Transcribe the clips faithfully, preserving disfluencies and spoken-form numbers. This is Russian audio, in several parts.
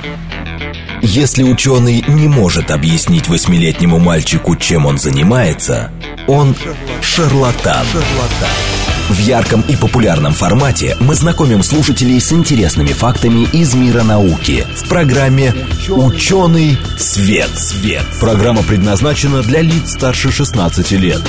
Если ученый не может объяснить восьмилетнему мальчику, чем он занимается, он шарлатан. В ярком и популярном формате мы знакомим слушателей с интересными фактами из мира науки в программе «Ученый свет». Свет. Программа предназначена для лиц старше шестнадцати лет.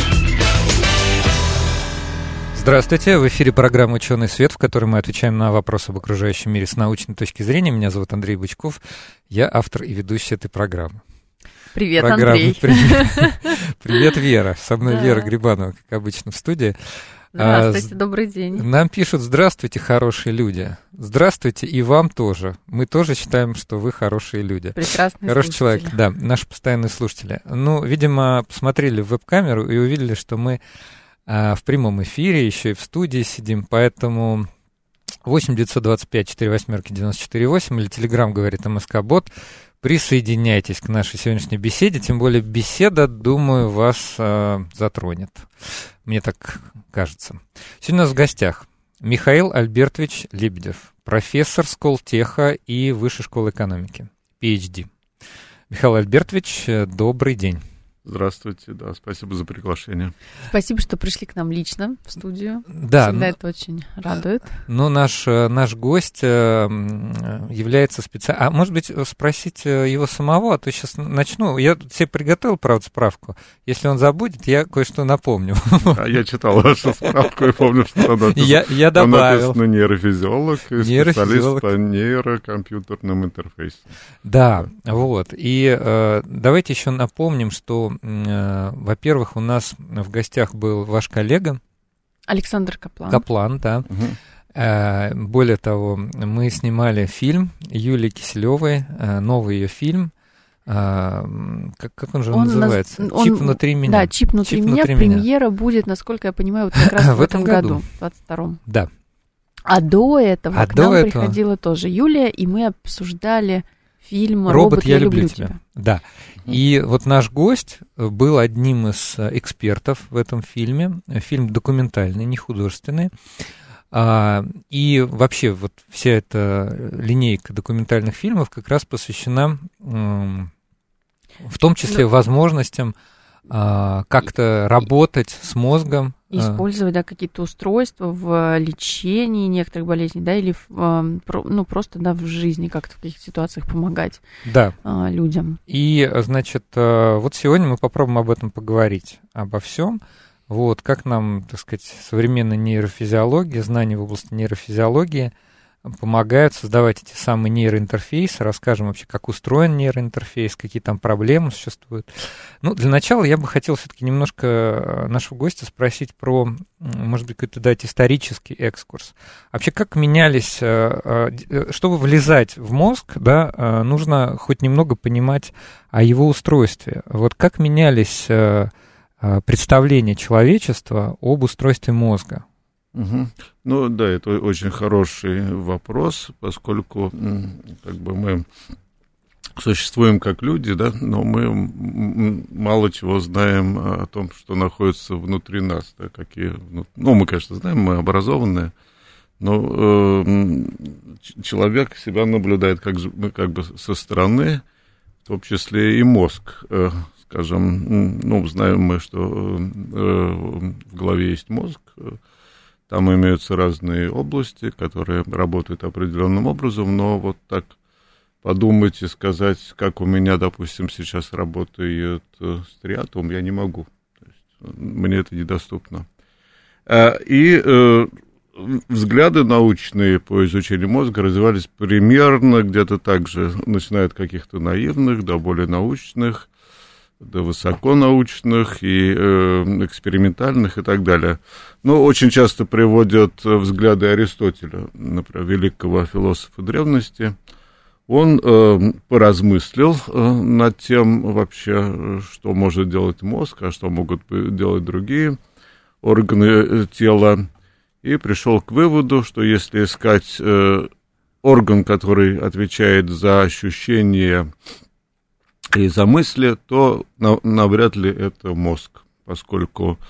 Здравствуйте, в эфире программа «Ученый свет», в которой мы отвечаем на вопросы об окружающем мире с научной точки зрения. Меня зовут Андрей Бычков, я автор и ведущий этой программы. Привет, программы. Андрей. Привет. Привет, Вера. Со мной да. Вера Грибанова, как обычно, в студии. Здравствуйте, а, добрый день. Нам пишут: здравствуйте, хорошие люди. Здравствуйте, и вам тоже. Мы тоже считаем, что вы хорошие люди. Прекрасные Хороший слушатели. человек, да, наши постоянные слушатели. Ну, видимо, посмотрели в веб-камеру и увидели, что мы а, в прямом эфире, еще и в студии сидим, поэтому восемь девятьсот двадцать пять сорок восемь девяносто четыре восемь или Телеграм говорит МСК-бот. Присоединяйтесь к нашей сегодняшней беседе, тем более беседа, думаю, вас э, затронет. Мне так кажется. Сегодня у нас в гостях Михаил Альбертович Лебедев, профессор Сколтеха и Высшей школы экономики, пи эйч ди. Михаил Альбертович, добрый день. Здравствуйте, да, спасибо за приглашение. Спасибо, что пришли к нам лично в студию. Да, Всегда ну, это очень радует. Ну, наш, наш гость является специалистом. А может быть, спросить его самого, а то сейчас начну. Я себе приготовил, правда, справку. Если он забудет, я кое-что напомню. А я читал вашу справку и помню, что там написано, я, я добавил. написано нейрофизиолог и нейрофизиолог. специалист по нейрокомпьютерным интерфейсам. Да, вот. И э, давайте еще напомним, что во-первых, у нас в гостях был ваш коллега Александр Каплан. Каплан, да. Угу. Более того, мы снимали фильм Юлии Киселевой, новый ее фильм. Как, как он же он называется? Нас, «Чип он, внутри меня». Да, «Чип внутри «Чип меня». Внутри Премьера меня. будет, насколько я понимаю, вот как раз в, в этом году, году, в двадцать втором. Да. А до этого а к до нам этого... приходила тоже Юлия, и мы обсуждали фильм «Робот, «Робот, я, я люблю люблю тебя». тебя». Да. И вот наш гость был одним из экспертов в этом фильме. Фильм документальный, не художественный. И вообще вот вся эта линейка документальных фильмов как раз посвящена в том числе возможностям как-то работать с мозгом. Использовать, да, какие-то устройства в лечении некоторых болезней, да, или в, ну, просто, да, в жизни как-то в каких-то ситуациях помогать да. людям. И, значит, вот сегодня мы попробуем об этом поговорить, обо всем. Вот, как нам, так сказать, современная нейрофизиология, знания в области нейрофизиологии помогают создавать эти самые нейроинтерфейсы, расскажем вообще, как устроен нейроинтерфейс, какие там проблемы существуют. Ну, для начала я бы хотел все-таки немножко нашего гостя спросить про, может быть, какой-то дать исторический экскурс. Вообще, как менялись, чтобы влезать в мозг, да, нужно хоть немного понимать о его устройстве. Вот как менялись представления человечества об устройстве мозга? Угу. Ну да, это очень хороший вопрос, поскольку как бы мы существуем как люди, да, но мы мало чего знаем о том, что находится внутри нас, да, какие, ну мы, конечно, знаем, мы образованные, но э, человек себя наблюдает как, как бы со стороны, в том числе и мозг. Э, скажем, ну знаем мы, что э, в голове есть мозг. Там имеются разные области, которые работают определенным образом, но вот так подумать и сказать, как у меня, допустим, сейчас работает стриатум, я не могу. То есть, мне это недоступно. И э, взгляды научные по изучению мозга развивались примерно где-то так же, начиная от каких-то наивных до более научных, до высоконаучных и э, экспериментальных и так далее. Но очень часто приводят взгляды Аристотеля, например, великого философа древности. Он э, поразмыслил э, над тем вообще, что может делать мозг, а что могут делать другие органы тела, и пришел к выводу, что если искать э, орган, который отвечает за ощущения и за мысли, то навряд ли это мозг, поскольку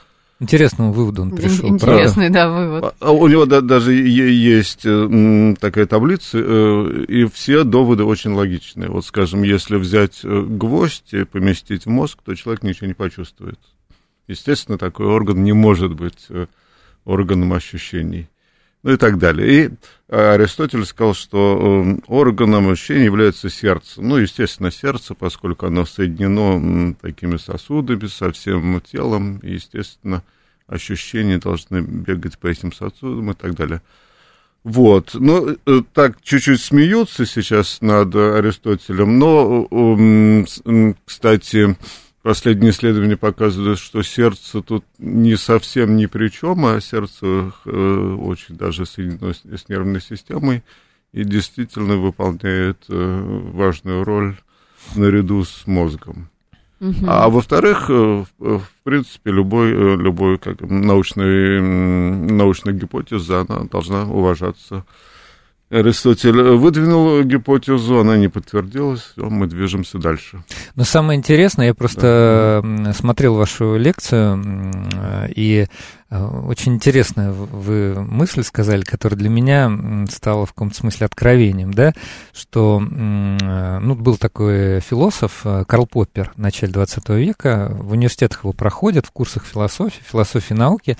Интересному выводу он пришел. Интересный, да, вывод. А у него да, даже есть такая таблица, и все доводы очень логичные. Вот, скажем, если взять гвоздь и поместить в мозг, то человек ничего не почувствует. Естественно, такой орган не может быть органом ощущений. Ну и так далее. И Аристотель сказал, что органом ощущений является сердце. Ну, естественно, сердце, поскольку оно соединено такими сосудами со всем телом, и, естественно, ощущения должны бегать по этим сосудам и так далее. Вот. Ну, так чуть-чуть смеются сейчас над Аристотелем, но, кстати, последние исследования показывают, что сердце тут не совсем ни при чем, а сердце очень даже соединено с нервной системой и действительно выполняет важную роль наряду с мозгом. Uh-huh. А во-вторых, в принципе, любой, любой как, научный, научная гипотеза, она должна уважаться. Аристотель выдвинул гипотезу, она не подтвердилась, все, мы движемся дальше. Но самое интересное, я просто да. смотрел вашу лекцию, и очень интересную вы мысль сказали, которая для меня стала в каком-то смысле откровением, да, что ну, был такой философ Карл Поппер в начале двадцатого века, в университетах его проходят, в курсах философии, философии науки.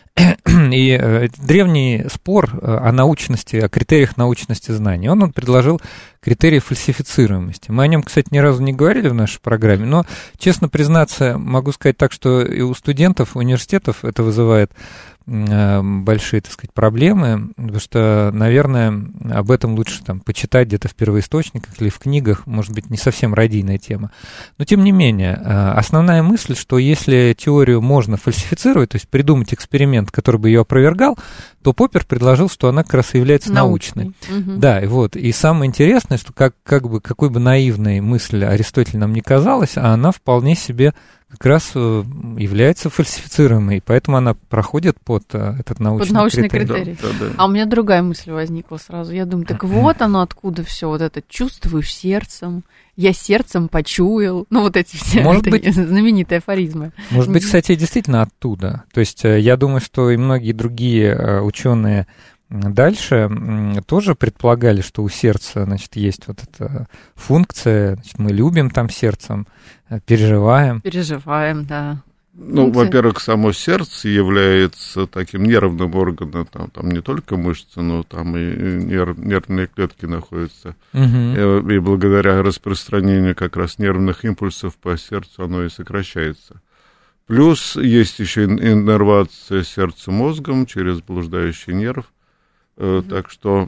И э, древний спор о научности, о критериях научности знаний. Он, он предложил критерии фальсифицируемости. Мы о нем, кстати, ни разу не говорили в нашей программе, но, честно признаться, могу сказать так, что и у студентов университетов это вызывает э, большие, так сказать, проблемы, потому что, наверное, об этом лучше там почитать где-то в первоисточниках или в книгах, может быть, не совсем радийная тема. Но, тем не менее, э, основная мысль, что если теорию можно фальсифицировать, то есть придумать эксперимент, который бы ее опровергал, то Поппер предложил, что она как раз и является научной. научной. Угу. Да, и вот. И самое интересное, что как, как бы, какой бы наивной мысль Аристотель нам не казалась, а она вполне себе как раз является фальсифицируемой, и поэтому она проходит под этот научный, под научный критерий. критерий. Да, да, да. А у меня другая мысль возникла сразу. Я думаю, так вот оно откуда все, вот это чувствуешь сердцем, я сердцем почуял, ну вот эти все может быть, знаменитые афоризмы. Может быть, кстати, действительно оттуда. То есть я думаю, что и многие другие ученые дальше тоже предполагали, что у сердца, значит, есть вот эта функция, значит, мы любим там сердцем, переживаем. Переживаем, да. Ну, функция. Во-первых, само сердце является таким нервным органом, там, там не только мышцы, но там и нерв, нервные клетки находятся. Угу. И, и благодаря распространению как раз нервных импульсов по сердцу оно и сокращается. Плюс есть еще иннервация сердца мозгом через блуждающий нерв. Uh-huh. Так что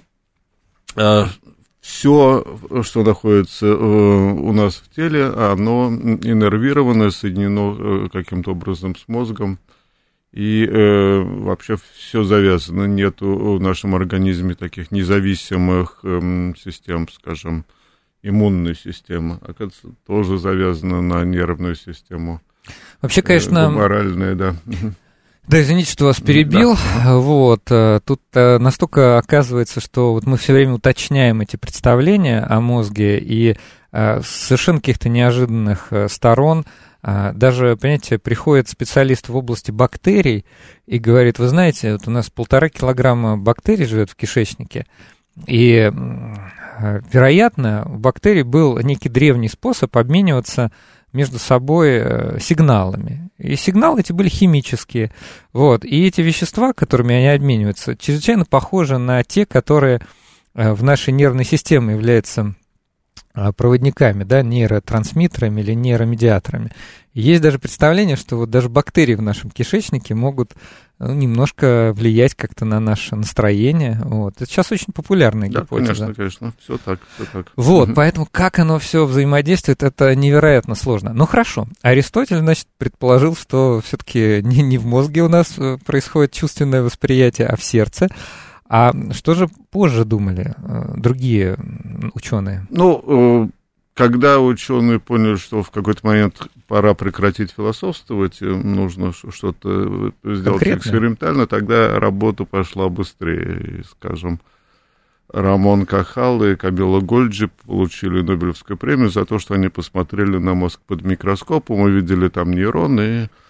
э, все, что находится э, у нас в теле, оно иннервировано, соединено э, каким-то образом с мозгом, и э, вообще все завязано. Нет в нашем организме таких независимых э, систем, скажем, иммунной системы, оказывается, тоже завязана на нервную систему. Вообще, конечно... Гуморальная, да. Да, извините, что вас перебил. Да. Вот, тут настолько оказывается, что вот мы все время уточняем эти представления о мозге, и с совершенно каких-то неожиданных сторон даже, понимаете, приходит специалист в области бактерий и говорит, вы знаете, вот у нас полтора килограмма бактерий живет в кишечнике, и, вероятно, у бактерий был некий древний способ обмениваться между собой сигналами. И сигналы эти были химические. Вот. И эти вещества, которыми они обмениваются, чрезвычайно похожи на те, которые в нашей нервной системе являются проводниками, да, нейротрансмиттерами или нейромедиаторами. И есть даже представление, что вот даже бактерии в нашем кишечнике могут ну, немножко влиять как-то на наше настроение. Вот. Это сейчас очень популярная да, гипотеза. Конечно, конечно, все так, все так. Вот, угу. Поэтому как оно все взаимодействует, это невероятно сложно. Ну хорошо, Аристотель, значит, предположил, что все-таки не, не в мозге у нас происходит чувственное восприятие, а в сердце. А что же позже думали другие ученые? Ну, когда ученые поняли, что в какой-то момент пора прекратить философствовать, нужно что-то сделать конкретно, экспериментально, тогда работа пошла быстрее. И, скажем, Рамон Кахал и Камило Гольджи получили Нобелевскую премию за то, что они посмотрели на мозг под микроскопом, увидели там нейроны и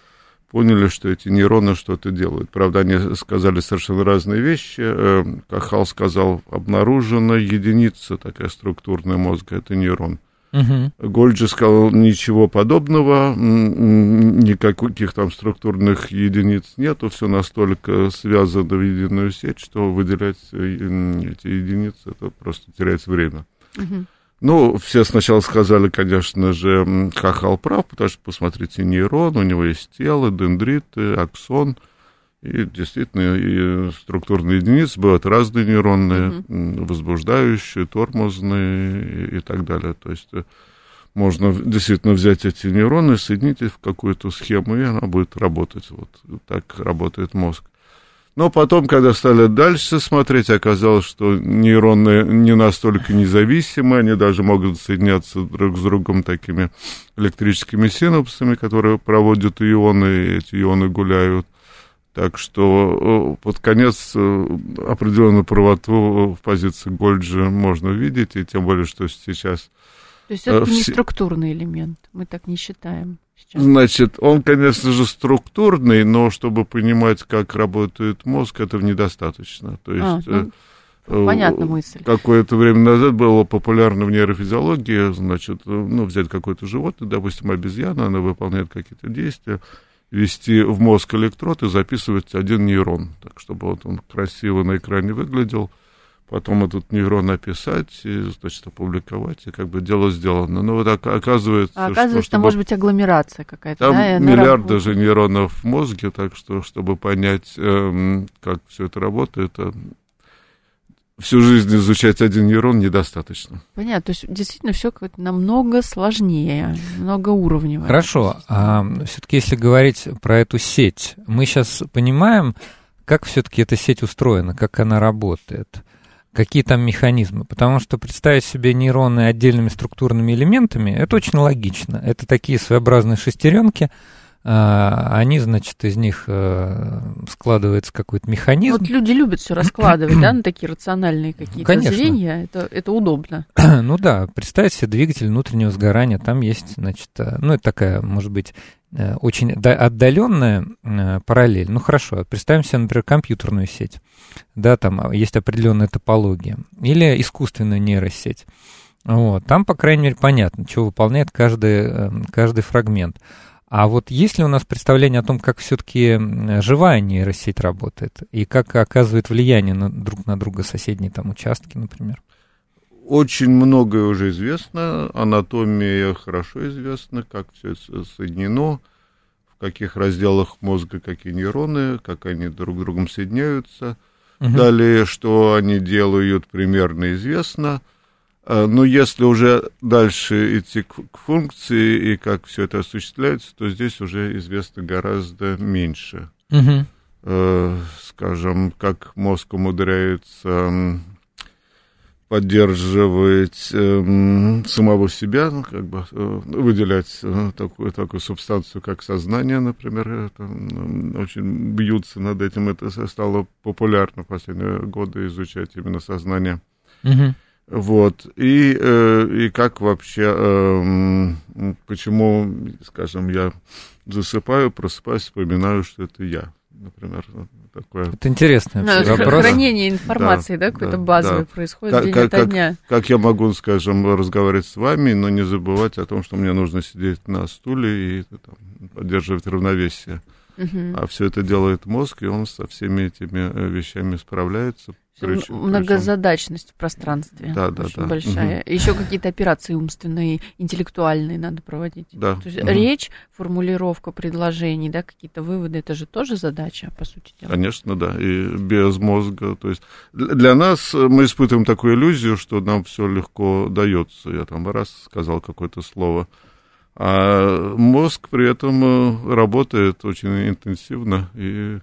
поняли, что эти нейроны что-то делают. Правда, они сказали совершенно разные вещи. Кахал сказал, обнаружена единица, такая структурная мозга, это нейрон. Uh-huh. Гольджи сказал, ничего подобного, никаких там структурных единиц нету, все настолько связано в единую сеть, что выделять эти единицы, это просто терять время. Uh-huh. Ну, все сначала сказали, конечно же, Кахал прав, потому что, посмотрите, нейрон, у него есть тело, дендриты, аксон, и действительно, и структурные единицы бывают разные нейронные, mm-hmm. возбуждающие, тормозные и, и так далее. То есть можно действительно взять эти нейроны, соединить их в какую-то схему, и она будет работать. Вот так работает мозг. Но потом, когда стали дальше смотреть, оказалось, что нейроны не настолько независимы, они даже могут соединяться друг с другом такими электрическими синапсами, которые проводят ионы, и эти ионы гуляют. Так что под конец определенную правоту в позиции Гольджи можно видеть, и тем более, что сейчас... То есть это все... не структурный элемент, мы так не считаем сейчас. Значит, он, конечно же, структурный, но чтобы понимать, как работает мозг, этого недостаточно. То есть... А, ну, понятна мысль. Какое-то время назад было популярно в нейрофизиологии, значит, ну, взять какое-то животное, допустим, обезьяна, она выполняет какие-то действия, ввести в мозг электрод и записывать один нейрон, так, чтобы вот он красиво на экране выглядел, потом этот нейрон описать и, значит, опубликовать, и как бы дело сделано. Но вот оказывается... А оказывается, что, там может быть агломерация какая-то, там да? миллиард даже нейронов в мозге, так что, чтобы понять, эм, как все это работает, всю жизнь изучать один нейрон недостаточно. Понятно, то есть действительно все как-то намного сложнее, многоуровневое. Хорошо, а все-таки если говорить про эту сеть, мы сейчас понимаем, как все-таки эта сеть устроена, как она работает, какие там механизмы, потому что представить себе нейроны отдельными структурными элементами, это очень логично, это такие своеобразные шестеренки. Они, значит, из них складывается какой-то механизм. Вот люди любят все раскладывать, да, на такие рациональные какие-то звенья, это, это удобно. Ну да, представить себе двигатель внутреннего сгорания, там есть, значит, ну это такая, может быть, очень отдаленная параллель. Ну хорошо, представим себе, например, компьютерную сеть, да, там есть определенная топология, или искусственную нейросеть. Вот, там, по крайней мере, понятно, что выполняет каждый, каждый фрагмент. А вот есть ли у нас представление о том, как все-таки живая нейросеть работает и как оказывает влияние на, друг на друга соседние там участки, например? Очень многое уже известно, анатомия хорошо известна, как все это соединено, в каких разделах мозга какие нейроны, как они друг с другом соединяются. Угу. Далее, что они делают, примерно известно. Но если уже дальше идти к, к функции и как все это осуществляется, то здесь уже известно гораздо меньше. Угу. Э, скажем, как мозг умудряется поддерживать э, самого себя, ну, как бы э, выделять э, такую, такую субстанцию, как сознание, например. Это, э, очень бьются над этим. Это стало популярно в последние годы изучать именно сознание. Угу. Вот, и, э, и как вообще, э, почему, скажем, я засыпаю, просыпаюсь, вспоминаю, что это я, например, такое. Это интересный ну, вопрос. Хранение информации, да, да какое-то да, базовое да. происходит как, день как, ото как, дня. Как я могу, скажем, разговаривать с вами, но не забывать о том, что мне нужно сидеть на стуле и там, поддерживать равновесие. Угу. А все это делает мозг, и он со всеми этими вещами справляется. Причем, многозадачность причем... в пространстве да, да, очень да. большая. Угу. Еще какие-то операции умственные, интеллектуальные надо проводить. Да. То есть угу. речь, формулировка предложений, да, какие-то выводы, это же тоже задача, по сути дела. Конечно, да, и без мозга. То есть для нас мы испытываем такую иллюзию, что нам все легко дается. Я там раз сказал какое-то слово. А мозг при этом работает очень интенсивно, и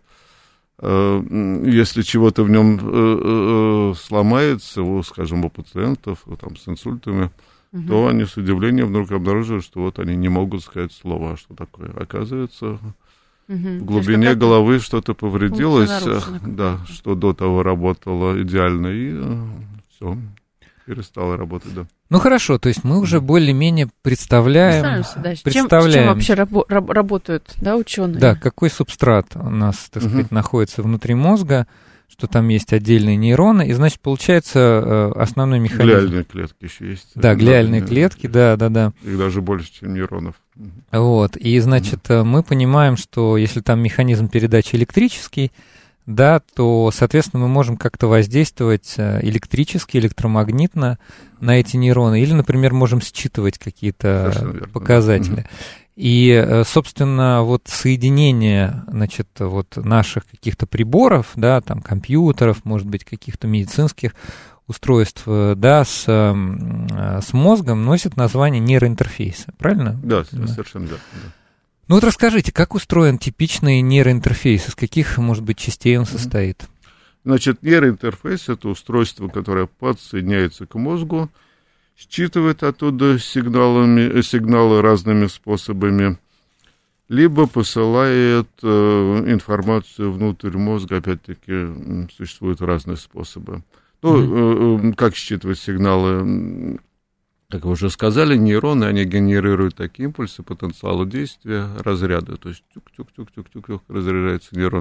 э, если чего-то в нем э, э, сломается, у, скажем, у пациентов там, с инсультами, угу. то они с удивлением вдруг обнаруживают, что вот они не могут сказать слово, а что такое. Оказывается, угу. в глубине головы что-то повредилось, да, что до того работало идеально, и э, все, перестало работать, да. Ну хорошо, то есть мы уже более-менее представляем, да, представляем, чем, чем вообще рабо- раб- работают, да, ученые. Да, какой субстрат у нас, так сказать, угу. находится внутри мозга, что там есть отдельные нейроны, и, значит, получается основной механизм. Глиальные клетки еще есть. Да, глиальные клетки, да, да, да. Их даже больше, чем нейронов. Вот, и, значит, угу. мы понимаем, что если там механизм передачи электрический, да, то, соответственно, мы можем как-то воздействовать электрически, электромагнитно на эти нейроны, или, например, можем считывать какие-то показатели. Да. И, собственно, вот соединение, значит, вот наших каких-то приборов, да, там, компьютеров, может быть, каких-то медицинских устройств, да, с, с мозгом носит название нейроинтерфейса, правильно? Да, да. Совершенно верно, да. Ну вот расскажите, как устроен типичный нейроинтерфейс, из каких, может быть, частей он состоит? Значит, нейроинтерфейс — это устройство, которое подсоединяется к мозгу, считывает оттуда сигналами, сигналы разными способами, либо посылает э, информацию внутрь мозга, опять-таки, существуют разные способы. Ну, mm-hmm. э, как считывать сигналы? Как вы уже сказали, нейроны, они генерируют такие импульсы, потенциалы действия, разряды. То есть тюк-тюк-тюк-тюк-тюк разряжается нейрон.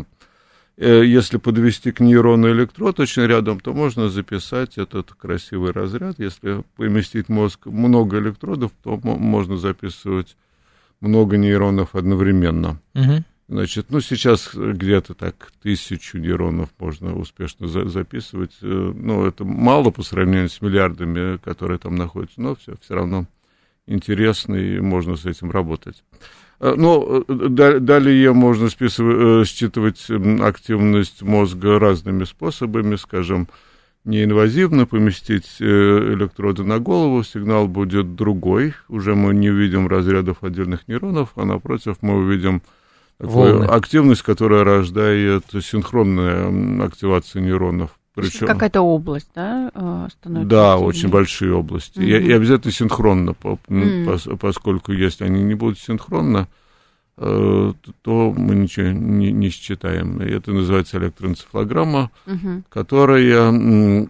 Если подвести к нейрону электрод очень рядом, то можно записать этот красивый разряд. Если поместить в мозг много электродов, то можно записывать много нейронов одновременно. Угу. Значит, ну, сейчас где-то так тысячу нейронов можно успешно за- записывать. Ну, это мало по сравнению с миллиардами, которые там находятся, но все, все равно интересно, и можно с этим работать. Ну, далее можно списывать, считывать активность мозга разными способами, скажем, неинвазивно поместить электроды на голову, сигнал будет другой, уже мы не увидим разрядов отдельных нейронов, а напротив мы увидим такую активность, которая рождает синхронную активацию нейронов. Причем... Какая-то область, да, становится? Да, активнее. Очень большие области. Mm-hmm. И, и обязательно синхронно, по, mm-hmm. поскольку если они не будут синхронно, то мы ничего не, не считаем. И это называется электроэнцефалограмма, mm-hmm. которая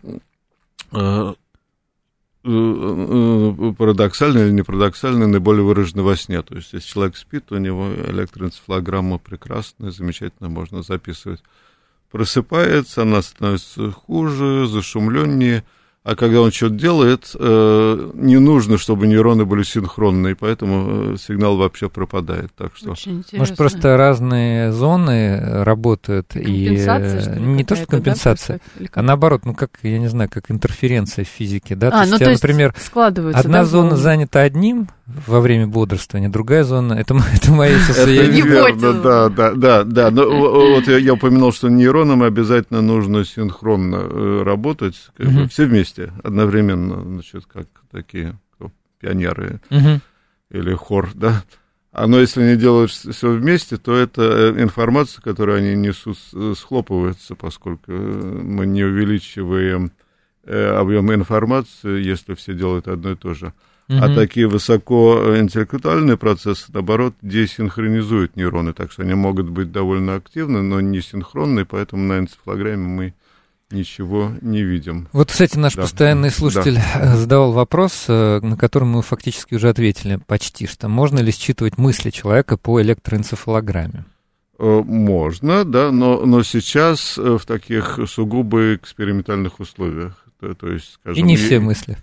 парадоксально или не парадоксально наиболее выражена во сне. То есть, если человек спит, у него электроэнцефалограмма прекрасная, замечательно, можно записывать. Просыпается, она становится хуже, зашумленнее, а когда он что-то делает, э, не нужно, чтобы нейроны были синхронные, поэтому сигнал вообще пропадает. Так что... Может, просто разные зоны работают, и не то, что компенсация, да, а наоборот, ну как, я не знаю, как интерференция в физике, да, а, то есть, ну, у тебя, то есть например, одна да, зона волны. занята одним во время бодрствования, другая зона, это, это моя сейчас... Это верно, да, да, да, да, но вот я, я упомянул, что нейронам обязательно нужно синхронно работать, как бы, все вместе. Одновременно, значит, как такие как, пионеры uh-huh. или хор, да. А но если они делают все вместе, то это информация, которую они несут, схлопывается, поскольку мы не увеличиваем объем информации, если все делают одно и то же. Uh-huh. А такие высокоинтеллектуальные процессы, наоборот, десинхронизуют нейроны, так что они могут быть довольно активны, но не синхронны, поэтому на энцефалограмме мы ничего не видим. Вот, кстати, наш да. постоянный слушатель да. задавал вопрос, на который мы фактически уже ответили почти, что можно ли считывать мысли человека по электроэнцефалограмме? Можно, да, но, но сейчас в таких сугубо экспериментальных условиях. То, то есть, скажем, и не все мысли.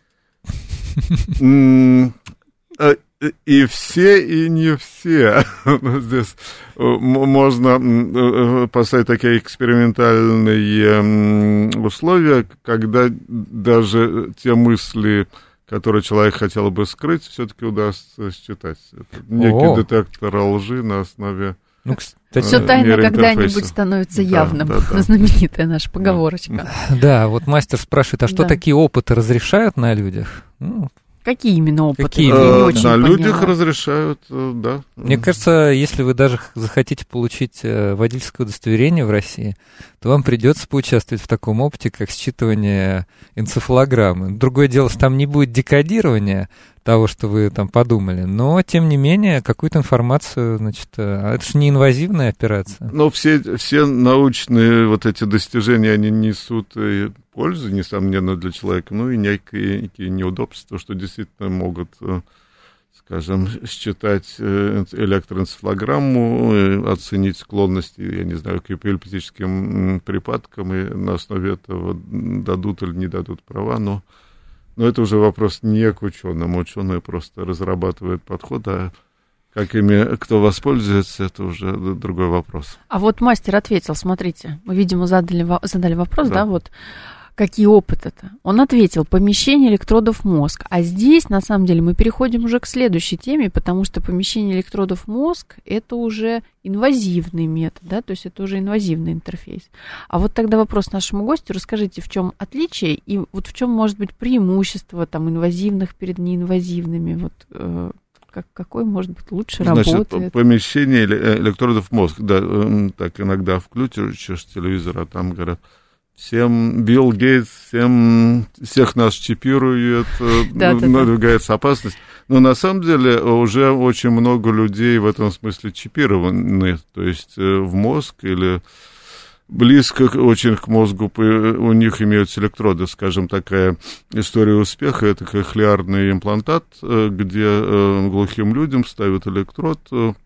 И все, и не все. Здесь можно поставить такие экспериментальные условия, когда даже те мысли, которые человек хотел бы скрыть, все-таки удастся считать. Это некий О. детектор лжи на основе. Ну, кстати, все тайное когда-нибудь становится явным. Да, да, да. Знаменитая наша поговорочка. Да, вот мастер спрашивает, а что да. такие опыты разрешают на людях? Ну, какие именно опыты? Какие? Я не очень на поняла. людях разрешают, да. Мне кажется, если вы даже захотите получить водительское удостоверение в России, то вам придется поучаствовать в таком опыте, как считывание энцефалограммы. Другое дело, что там не будет декодирования, того, что вы там подумали. Но, тем не менее, какую-то информацию, значит, это же не инвазивная операция. Но все, все научные вот эти достижения, они несут и пользу, несомненно, для человека, ну и некие, некие неудобства, что действительно могут, скажем, считать электроэнцефалограмму, оценить склонности, я не знаю, к эпилептическим припадкам, и на основе этого дадут или не дадут права, но, но это уже вопрос не к ученым. Ученые просто разрабатывают подход, а как ими кто воспользуется, это уже другой вопрос. А вот мастер ответил, смотрите, мы, видимо, задали, задали вопрос, да, да вот, какие опыт это? Он ответил, помещение электродов в мозг. А здесь, на самом деле, мы переходим уже к следующей теме, потому что помещение электродов в мозг – это уже инвазивный метод, да, то есть это уже инвазивный интерфейс. А вот тогда вопрос нашему гостю, расскажите, в чем отличие и вот в чем может быть преимущество там инвазивных перед неинвазивными, вот э, как, какой может быть лучше Значит, работает? Помещение электродов в мозг, да, так иногда включишь телевизор, а там говорят, всем Билл Гейтс, всем, всех нас чипируют, да, надвигается да, да. опасность. Но на самом деле уже очень много людей в этом смысле чипированы, то есть в мозг или близко очень к мозгу у них имеются электроды. Скажем, такая история успеха, это кохлеарный имплантат, где глухим людям ставят электрод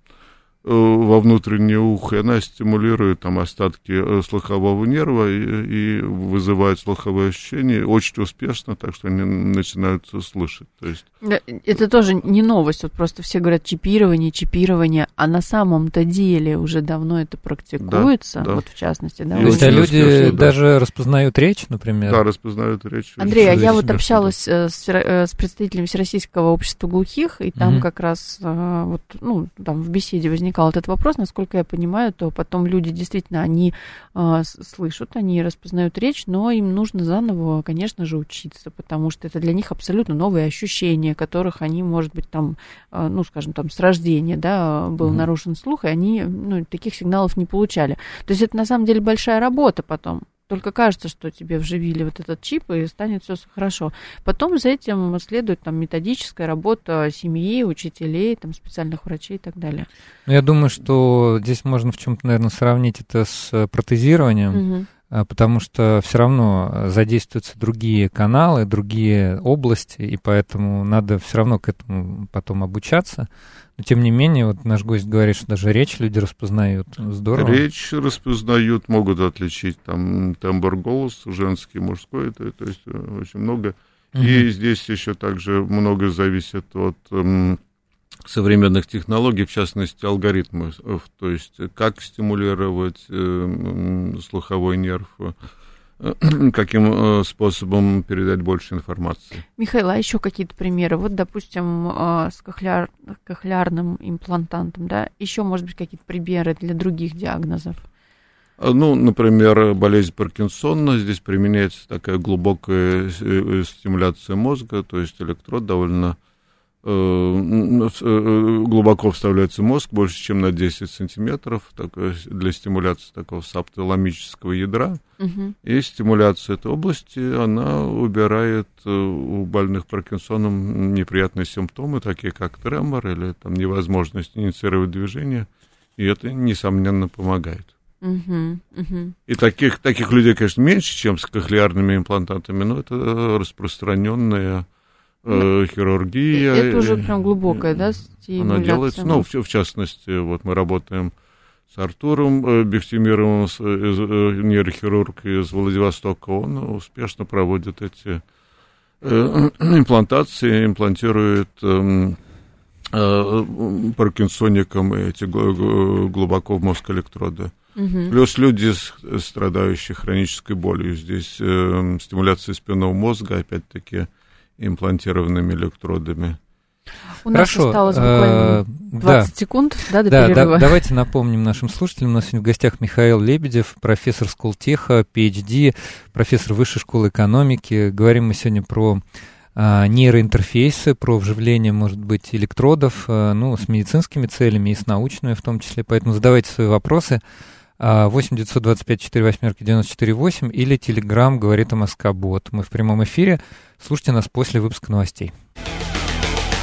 во внутреннее ухо, и она стимулирует там остатки слухового нерва и, и вызывает слуховые ощущения очень успешно, так что они начинают слышать. То есть... Это тоже не новость, вот просто все говорят чипирование, чипирование, а на самом-то деле уже давно это практикуется, да, да. вот в частности. Да, То есть а люди успешно, даже да. распознают речь, например? Да, распознают речь. Андрей, а я вот общалась да. с, с представителями Всероссийского общества глухих, и там mm-hmm. как раз вот, ну, там в беседе возникал вот этот вопрос, насколько я понимаю, то потом люди действительно, они э, слышат, они распознают речь, но им нужно заново, конечно же, учиться, потому что это для них абсолютно новые ощущения, которых они, может быть, там, э, ну, скажем, там, с рождения, да, был mm-hmm. нарушен слух, и они, ну, таких сигналов не получали. То есть это, на самом деле, большая работа потом. Только кажется, что тебе вживили вот этот чип, и станет все хорошо. Потом за этим следует там методическая работа семьи, учителей, там, специальных врачей и так далее. Ну, я думаю, что здесь можно в чем-то, наверное, сравнить это с протезированием, угу. потому что все равно задействуются другие каналы, другие области, и поэтому надо все равно к этому потом обучаться. Но, тем не менее, вот наш гость говорит, что даже речь люди распознают. Здорово. Речь распознают, могут отличить там тембр голоса, женский, мужской, то, то есть очень много. Uh-huh. И здесь еще также много зависит от эм, современных технологий, в частности, алгоритмов, то есть как стимулировать э, слуховой нерв, каким способом передать больше информации. Михаил, а еще какие-то примеры? Вот, допустим, с кохлеар, кохлеарным имплантантом, да, еще, может быть, какие-то примеры для других диагнозов? Ну, например, болезнь Паркинсона, здесь применяется такая глубокая стимуляция мозга, то есть электрод довольно глубоко вставляется в мозг, больше, чем на десять сантиметров, такое, для стимуляции такого саптоламического ядра. Uh-huh. И стимуляция этой области, она убирает у больных Паркинсоном неприятные симптомы, такие как тремор или там, невозможность инициировать движение, и это, несомненно, помогает. Uh-huh. Uh-huh. И таких, таких людей, конечно, меньше, чем с кохлеарными имплантантами, но это распространенная хирургия. Это уже прям глубокая, да, стимуляция? Она делается, ну, в, в частности, вот мы работаем с Артуром Бехтемировым, нейрохирург из Владивостока, он успешно проводит эти э, имплантации, имплантирует э, э, паркинсоникам эти глубоко в мозг электроды. Угу. Плюс люди, страдающие хронической болью, здесь э, стимуляция спинного мозга, опять-таки, имплантированными электродами. У нас Хорошо. осталось буквально двадцать да. секунд, да, до да, перерыва. Да, давайте напомним нашим слушателям. У нас сегодня в гостях Михаил Лебедев, профессор Сколтеха, пи эйч ди, профессор Высшей школы экономики. Говорим мы сегодня про а, нейроинтерфейсы, про вживление, может быть, электродов, а, ну, с медицинскими целями и с научными в том числе. Поэтому задавайте свои вопросы. восемь девятьсот двадцать пять четыре восьмерки девяносто четыре восемь или Телеграм говорит МСК-бот. Мы в прямом эфире. Слушайте нас после выпуска новостей.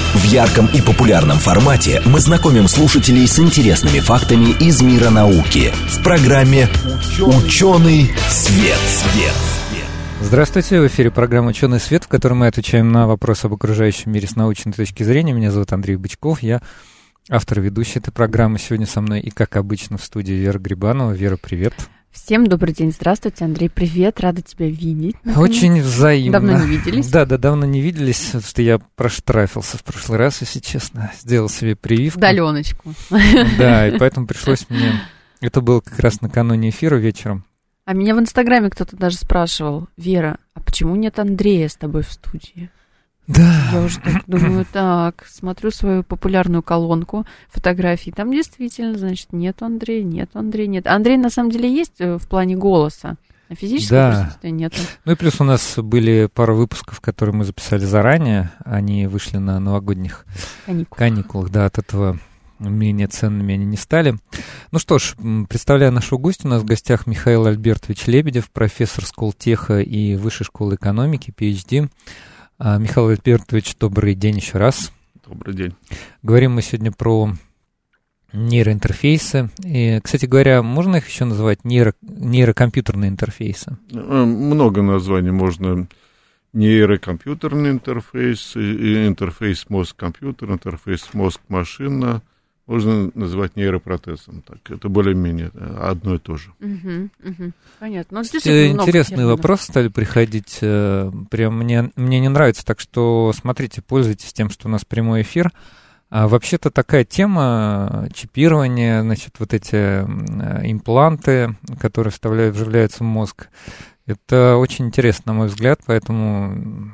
В ярком и популярном формате мы знакомим слушателей с интересными фактами из мира науки в программе «Ученый свет». Свет. Здравствуйте, в эфире программа «Ученый свет», в которой мы отвечаем на вопросы об окружающем мире с научной точки зрения. Меня зовут Андрей Бычков, я автор и ведущий этой программы. Сегодня со мной и, как обычно, в студии Вера Грибанова. Вера, привет. Всем добрый день, здравствуйте, Андрей, привет, рада тебя видеть. Наконец. Очень взаимно. Давно не виделись. Да, да, давно не виделись, потому что я проштрафился в прошлый раз, если честно, сделал себе прививку. Удаленочку. Да, и поэтому пришлось мне... Это было как раз накануне эфира вечером. А меня в Инстаграме кто-то даже спрашивал: Вера, а почему нет Андрея с тобой в студии? Да. Я уже так думаю, так, смотрю свою популярную колонку фотографий, там действительно, значит, нету Андрея, нету Андрея, нет. Андрей на самом деле есть в плане голоса, а физического да. присутствия нету. Ну и плюс у нас были пару выпусков, которые мы записали заранее, они вышли на новогодних каникулах, каникулах, да, от этого менее ценными они не стали. Ну что ж, представляю нашего гостя, у нас в гостях Михаил Альбертович Лебедев, профессор Сколтеха и Высшей школы экономики, пи эйч ди. Михаил Альбертович, добрый день еще раз. Добрый день. Говорим мы сегодня про нейроинтерфейсы. И, кстати говоря, можно их еще называть нейро, нейрокомпьютерные интерфейсы? Много названий можно. Нейрокомпьютерный интерфейс, интерфейс мозг-компьютер, интерфейс мозг-машина. Можно называть нейропротезом. Так, это более-менее одно и то же. Угу, угу. Понятно. Интересные вопросы стали приходить. Прям мне, мне не нравится. Так что смотрите, пользуйтесь тем, что у нас прямой эфир. А вообще-то такая тема чипирования, значит, вот эти импланты, которые вставляют, вживляются в мозг. Это очень интересно, на мой взгляд, поэтому...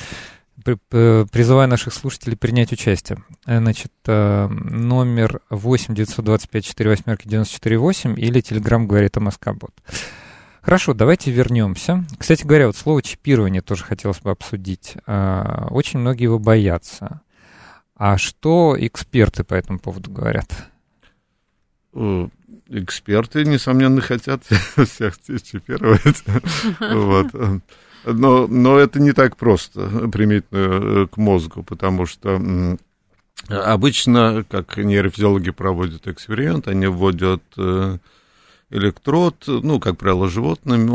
Призываю наших слушателей принять участие. Значит, номер восемь девятьсот двадцать пять четыре восемь девяносто четыре восемь или телеграм говорит МСК-бот. Хорошо, давайте вернемся. Кстати говоря, вот слово чипирование тоже хотелось бы обсудить. Очень многие его боятся. А что эксперты по этому поводу говорят? Эксперты, несомненно, хотят всех чипировать. Вот. Но, но это не так просто применительно к мозгу, потому что обычно, как нейрофизиологи проводят эксперимент, они вводят электрод, ну, как правило, животным,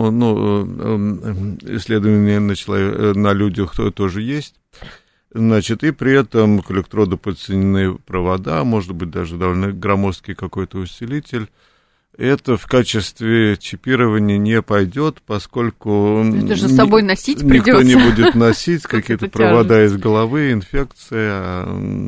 ну, исследования на, человек, на людях тоже есть, значит, и при этом к электроду подсоединены провода, может быть, даже довольно громоздкий какой-то усилитель. Это в качестве чипирования не пойдет, поскольку это же с собой носить никто придется. Не будет носить какие-то провода из головы, инфекция.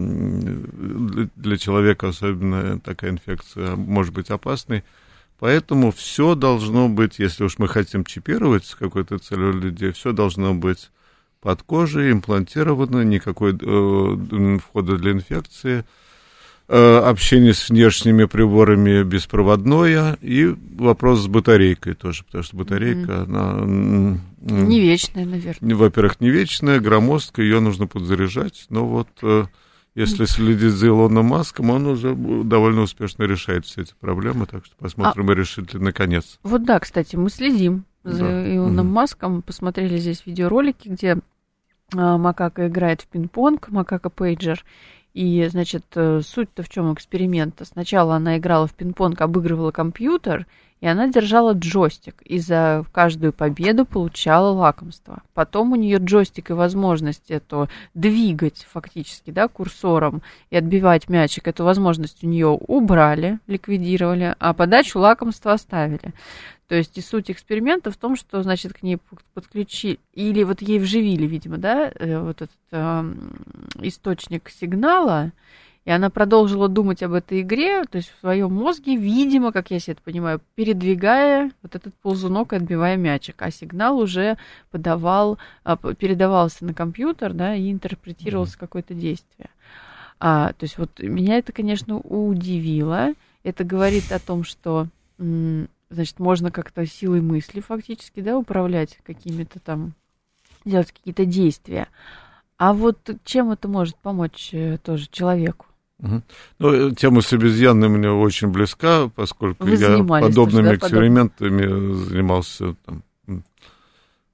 Для человека особенно такая инфекция может быть опасной. Поэтому все должно быть, если уж мы хотим чипировать с какой-то целью людей, все должно быть под кожей, имплантировано, никакой э, входа для инфекции. Общение с внешними приборами беспроводное, и вопрос с батарейкой тоже, потому что батарейка, mm-hmm. она... Не вечная, наверное. Во-первых, не вечная, громоздкая, ее нужно подзаряжать, но вот если mm-hmm. следить за Илоном Маском, он уже довольно успешно решает все эти проблемы, так что посмотрим, а, и решит ли наконец. Вот да, кстати, мы следим за да. Илоном mm-hmm. Маском, посмотрели здесь видеоролики, где а, макака играет в пинг-понг, макака-пейджер. И, значит, суть-то в чем эксперимента? Сначала она играла в пинг-понг, обыгрывала компьютер, и она держала джойстик, и за каждую победу получала лакомство. Потом у нее джойстик и возможность эту двигать фактически, да, курсором и отбивать мячик, эту возможность у нее убрали, ликвидировали, а подачу лакомства оставили. То есть и суть эксперимента в том, что, значит, к ней подключили, или вот ей вживили, видимо, да, вот этот э, источник сигнала, и она продолжила думать об этой игре, то есть в своем мозге, видимо, как я себе это понимаю, передвигая вот этот ползунок и отбивая мячик, а сигнал уже подавал, передавался на компьютер, да, и интерпретировалось mm-hmm. какое-то действие. А, то есть вот меня это, конечно, удивило. Это говорит о том, что... М- Значит, можно как-то силой мысли фактически, да, управлять какими-то там, делать какие-то действия. А вот чем это может помочь тоже человеку? Угу. Ну, тема с обезьянами мне очень близка, поскольку Вы я подобными тоже, да, экспериментами подобным? занимался там,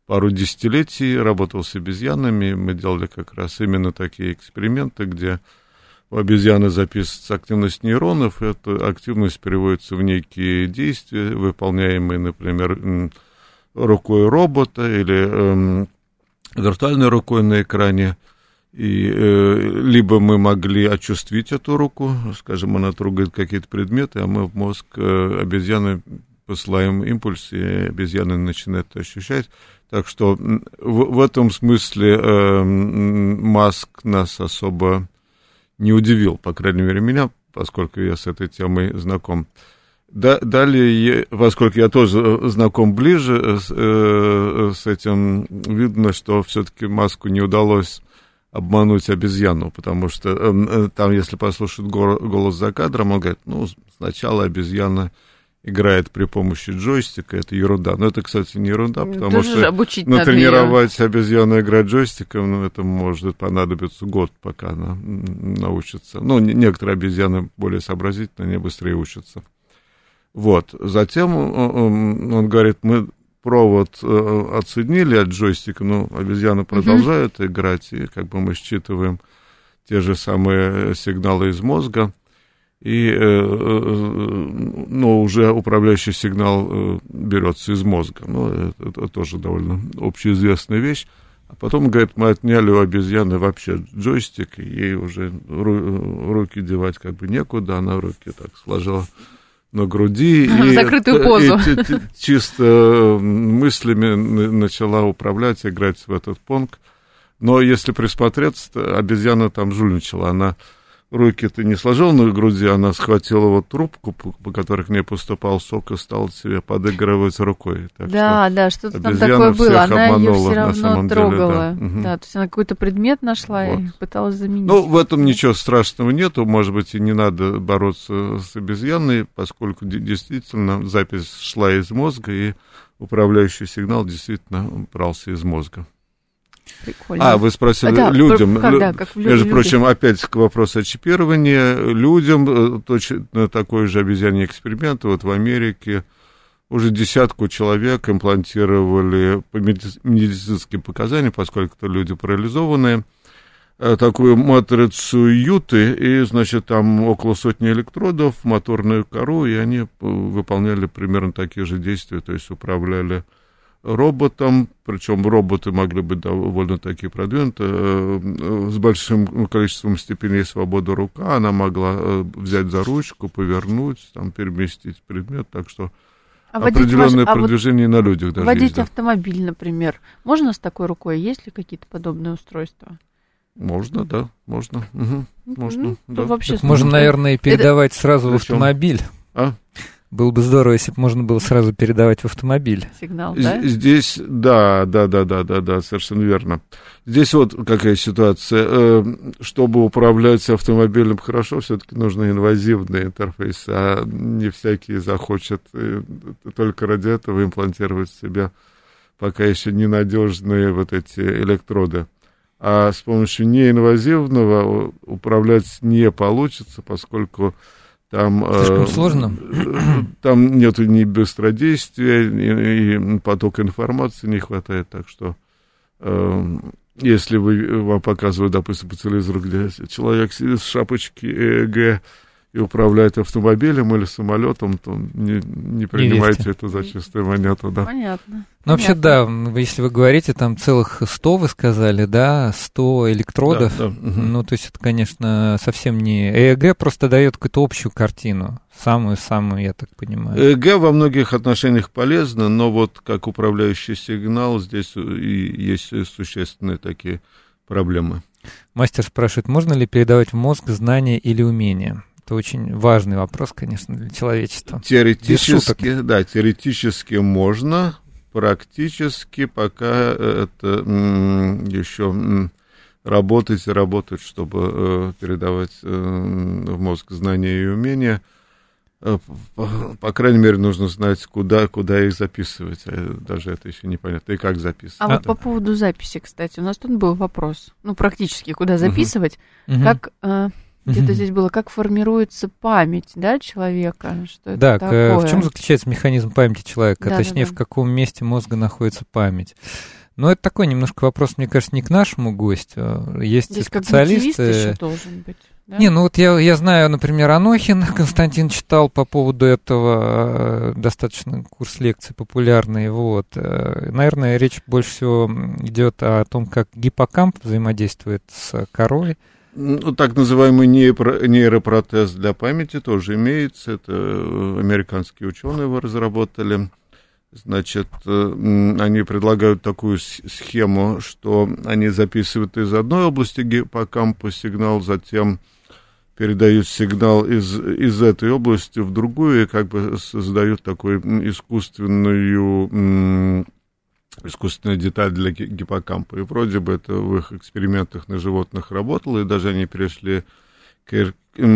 пару десятилетий работал с обезьянами. Мы делали как раз именно такие эксперименты, где у обезьяны записывается активность нейронов, эта активность переводится в некие действия, выполняемые, например, рукой робота или э, виртуальной рукой на экране. И э, либо мы могли очувствить эту руку, скажем, она трогает какие-то предметы, а мы в мозг э, обезьяны посылаем импульс, и обезьяны начинают это ощущать. Так что в, в этом смысле э, Маск нас особо не удивил, по крайней мере, меня, поскольку я с этой темой знаком. Да, далее, поскольку я тоже знаком ближе с, э, с этим, видно, что все-таки Маску не удалось обмануть обезьяну, потому что э, там, если послушать го- голос за кадром, он говорит, ну, сначала обезьяна играет при помощи джойстика, это ерунда. Но это, кстати, не ерунда, потому тоже что натренировать обезьяну играть джойстиком, ну, это может понадобиться год, пока она научится. Ну, некоторые обезьяны более сообразительные, они быстрее учатся. Вот. Затем он, он говорит, мы провод отсоединили от джойстика, но обезьяны продолжают mm-hmm. играть, и как бы мы считываем те же самые сигналы из мозга. И, ну, уже управляющий сигнал берется из мозга. Ну, это, это тоже довольно общеизвестная вещь. А потом, говорит, мы отняли у обезьяны вообще джойстик, и ей уже ру- руки девать как бы некуда, она руки так сложила на груди. В и, закрытую позу. И, и чисто мыслями начала управлять, играть в этот понг. Но если присмотреться, то обезьяна там жульничала, она... Руки-то не сложила на груди, она схватила вот трубку, по, по которой к ней поступал сок, и стала себе подыгрывать рукой. Так да, что да, что-то там такое было, она ее все равно трогала. Деле, да. Да, то есть она какой-то предмет нашла вот. И пыталась заменить. Ну, в этом ничего страшного нету, может быть, и не надо бороться с обезьяной, поскольку действительно запись шла из мозга, и управляющий сигнал действительно брался из мозга. Прикольно. А, вы спросили, да, людям, как, лю... да, как между люди. прочим, опять к вопросу о чипировании, людям точно такой же обезьяний эксперимент, вот в Америке уже десятку человек имплантировали по медицинским показаниям, поскольку это люди парализованные, такую матрицу Юты, и, значит, там около сотни электродов, моторную кору, и они выполняли примерно такие же действия, то есть управляли роботом, причем роботы могли быть довольно такие продвинутые, с большим количеством степеней свободы рука, она могла взять за ручку, повернуть, там, переместить предмет, так что а определенное водить, продвижение а вот на людях даже водить есть, да. автомобиль, например, можно с такой рукой? Есть ли какие-то подобные устройства? Можно, да, можно, угу, можно, ну, да. Вообще, можно, наверное, и передавать это... сразу в Зачем? Автомобиль. А? Было бы здорово, если бы можно было сразу передавать в автомобиль. Сигнал, да? Здесь, да, да, да, да, да, да, совершенно верно. Здесь вот какая ситуация. Чтобы управлять автомобилем хорошо, все-таки нужен инвазивный интерфейс, а не всякий захочет только ради этого имплантировать в себя пока еще ненадежные вот эти электроды. А с помощью неинвазивного управлять не получится, поскольку там, слишком сложно. Там нету ни быстродействия, и, и потока информации не хватает, так что э, если вы, вам показывают, допустим, по телевизору, где человек сидит в шапочке ЭЭГ и управляет автомобилем или самолетом, то не, не принимайте не это за чистую монету, да. Понятно. Ну, вообще, да, если вы говорите, там целых сто, вы сказали, да, сто электродов, да, да. Ну, то есть это, конечно, совсем не... ЭЭГ просто дает какую-то общую картину, самую-самую, я так понимаю. ЭЭГ во многих отношениях полезно, но вот как управляющий сигнал здесь и есть существенные такие проблемы. Мастер спрашивает, можно ли передавать в мозг знания или умения? Это очень важный вопрос, конечно, для человечества. Теоретически, да, теоретически можно, практически пока это м, еще м, работать и работать, чтобы э, передавать э, в мозг знания и умения. Э, по, по крайней мере, нужно знать, куда, куда их записывать. Даже это еще непонятно. И как записывать. А, а вот по поводу записи, кстати, у нас тут был вопрос. Ну, практически, куда записывать. Uh-huh. Как... Э, Где-то здесь было, как формируется память, да, человека, что это да, такое. В чем заключается механизм памяти человека, да, точнее, да, да. в каком месте мозга находится память. Но это такой немножко вопрос, мне кажется, не к нашему гостю. Есть здесь специалисты... Здесь еще должен быть. Да? Не, ну вот я, я знаю, например, Анохин Константин читал по поводу этого достаточно курс лекций популярный. Вот. Наверное, речь больше всего идет о том, как гиппокамп взаимодействует с корой. Ну, так называемый нейро- нейропротез для памяти тоже имеется. Это американские ученые его разработали. Значит, они предлагают такую схему, что они записывают из одной области гиппокампа сигнал, затем передают сигнал из, из этой области в другую и как бы создают такую искусственную, искусственную деталь для гиппокампа. И вроде бы это в их экспериментах на животных работало, и даже они перешли к,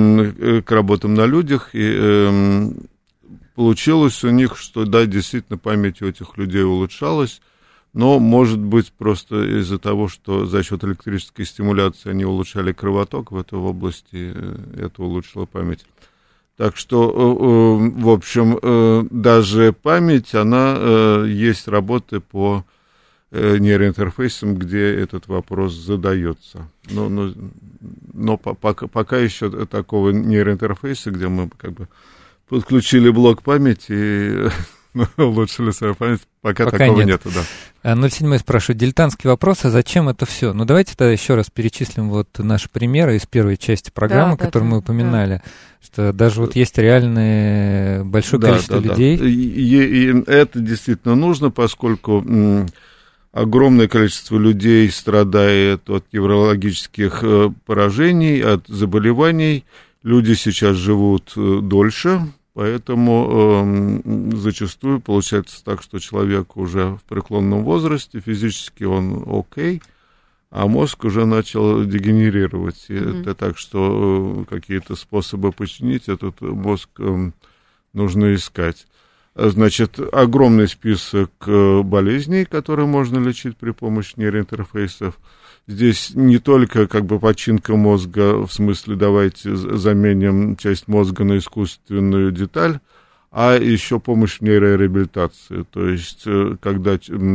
к работам на людях, и получилось у них, что да, действительно память у этих людей улучшалась, но, может быть, просто из-за того, что за счет электрической стимуляции они улучшали кровоток в этой области, это улучшило память. Так что, в общем, даже память, она, есть работы по нейроинтерфейсам, где этот вопрос задается. Но, но, но пока, пока еще такого нейроинтерфейса, где мы как бы подключили блок памяти и улучшили свою память, пока, пока такого нет. нету, да. ноль семь спрашивает, дилетантский вопрос, а зачем это все? Ну, давайте тогда еще раз перечислим вот наши примеры из первой части программы, да, которую да, мы упоминали, да. Что даже вот есть реальное большое да, количество да, людей. Да. И, и, и это действительно нужно, поскольку м, огромное количество людей страдает от неврологических э, поражений, от заболеваний. Люди сейчас живут э, дольше. Поэтому э, зачастую получается так, что человек уже в преклонном возрасте, физически он окей, а мозг уже начал дегенерировать. И mm-hmm. это так, что э, какие-то способы починить этот мозг э, нужно искать. Значит, огромный список э, болезней, которые можно лечить при помощи нейроинтерфейсов. Здесь не только как бы починка мозга, в смысле давайте заменим часть мозга на искусственную деталь, а еще помощь в нейрореабилитации. То есть, когда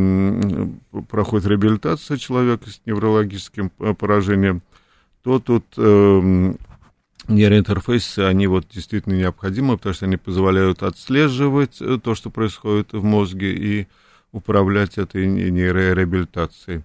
проходит реабилитация человека с неврологическим поражением, то тут э, нейроинтерфейсы, они вот действительно необходимы, потому что они позволяют отслеживать то, что происходит в мозге, и управлять этой нейрореабилитацией.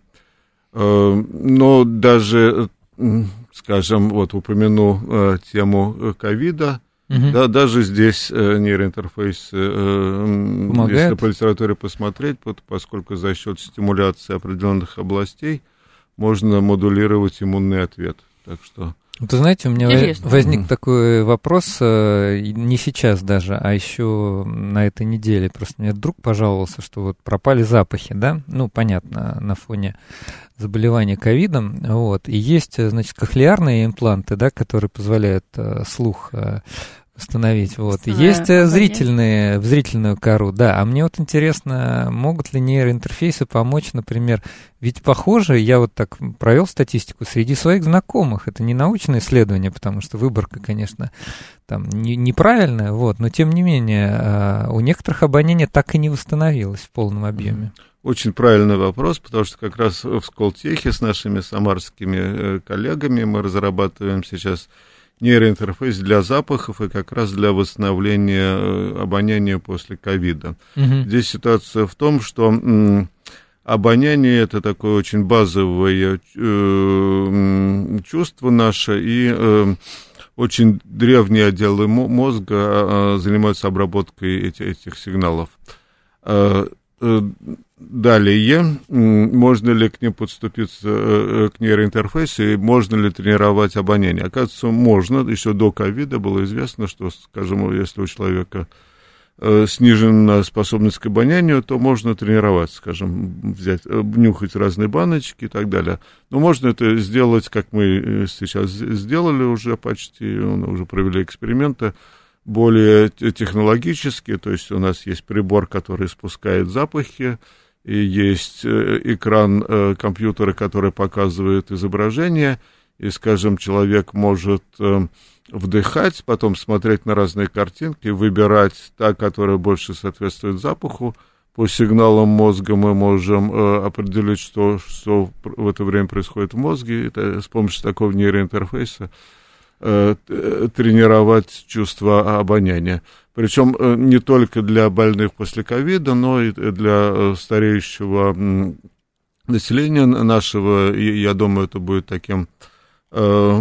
Но даже, скажем, вот упомяну э, тему ковида, угу. да, даже здесь э, нейроинтерфейсы, э, если по литературе посмотреть, поскольку за счет стимуляции определенных областей можно модулировать иммунный ответ. Так что... Вы знаете, у меня Интересно. возник такой вопрос, не сейчас даже, а еще на этой неделе. Просто мне друг пожаловался, что вот пропали запахи, да? Ну, понятно, на фоне заболевания ковидом. Вот. И есть, значит, кохлеарные импланты, да, которые позволяют слух восстановить. Вот. Есть а, зрительные, в зрительную кору, да. А мне вот интересно, могут ли нейроинтерфейсы помочь, например, ведь похоже, я вот так провел статистику среди своих знакомых, это не научное исследование, потому что выборка, конечно, там не, неправильная, вот, но тем не менее у некоторых обоняние так и не восстановилось в полном объеме. Очень правильный вопрос, потому что как раз в Сколтехе с нашими самарскими коллегами мы разрабатываем сейчас нейроинтерфейс для запахов и как раз для восстановления обоняния после ковида. Угу. Здесь ситуация в том, что м, обоняние — это такое очень базовое э, чувство наше, и э, очень древние отделы мозга э, занимаются обработкой этих, этих сигналов. Э, э, Далее, можно ли к ним подступиться, к нейроинтерфейсу, и можно ли тренировать обоняние? Оказывается, можно. Еще до ковида было известно, что, скажем, если у человека снижена способность к обонянию, то можно тренировать, скажем, взять, нюхать разные баночки и так далее. Но можно это сделать, как мы сейчас сделали уже почти, уже провели эксперименты, более технологически, то есть у нас есть прибор, который спускает запахи, и есть экран компьютера, который показывает изображение, и, скажем, человек может вдыхать, потом смотреть на разные картинки, выбирать та, которая больше соответствует запаху. По сигналам мозга мы можем э, определить, что, что в это время происходит в мозге. Это, с помощью такого нейроинтерфейса э, тренировать чувство обоняния. Причем э, не только для больных после ковида, но и для э, стареющего э, населения нашего. И, я думаю, это будет таким э,